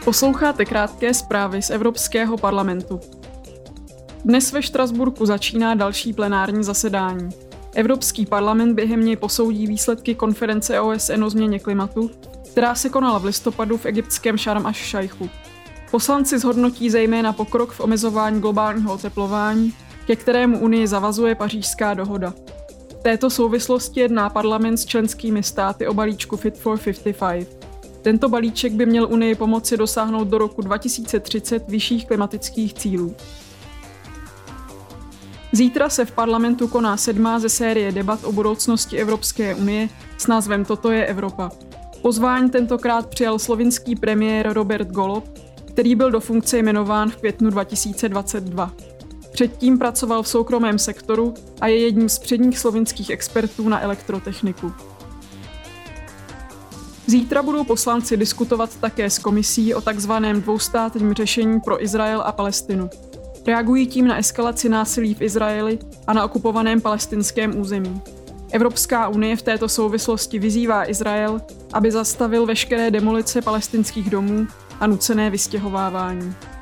Posloucháte krátké zprávy z Evropského parlamentu. Dnes ve Štrasburku začíná další plenární zasedání. Evropský parlament během něj posoudí výsledky konference OSN o změně klimatu, která se konala v listopadu v egyptském Šarm aš-Šajchu. Poslanci zhodnotí zejména pokrok v omezování globálního oteplování, ke kterému Unii zavazuje Pařížská dohoda. V této souvislosti jedná parlament s členskými státy o balíčku Fit for 55. Tento balíček by měl Unii pomoci dosáhnout do roku 2030 vyšších klimatických cílů. Zítra se v parlamentu koná 7. ze série debat o budoucnosti Evropské unie s názvem Toto je Evropa. Pozvání tentokrát přijal slovinský premiér Robert Golob, který byl do funkce jmenován v květnu 2022. Předtím pracoval v soukromém sektoru a je jedním z předních slovinských expertů na elektrotechniku. Zítra budou poslanci diskutovat také s komisí o takzvaném dvoustátním řešení pro Izrael a Palestinu. Reagují tím na eskalaci násilí v Izraeli a na okupovaném palestinském území. Evropská unie v této souvislosti vyzývá Izrael, aby zastavil veškeré demolice palestinských domů a nucené vystěhovávání.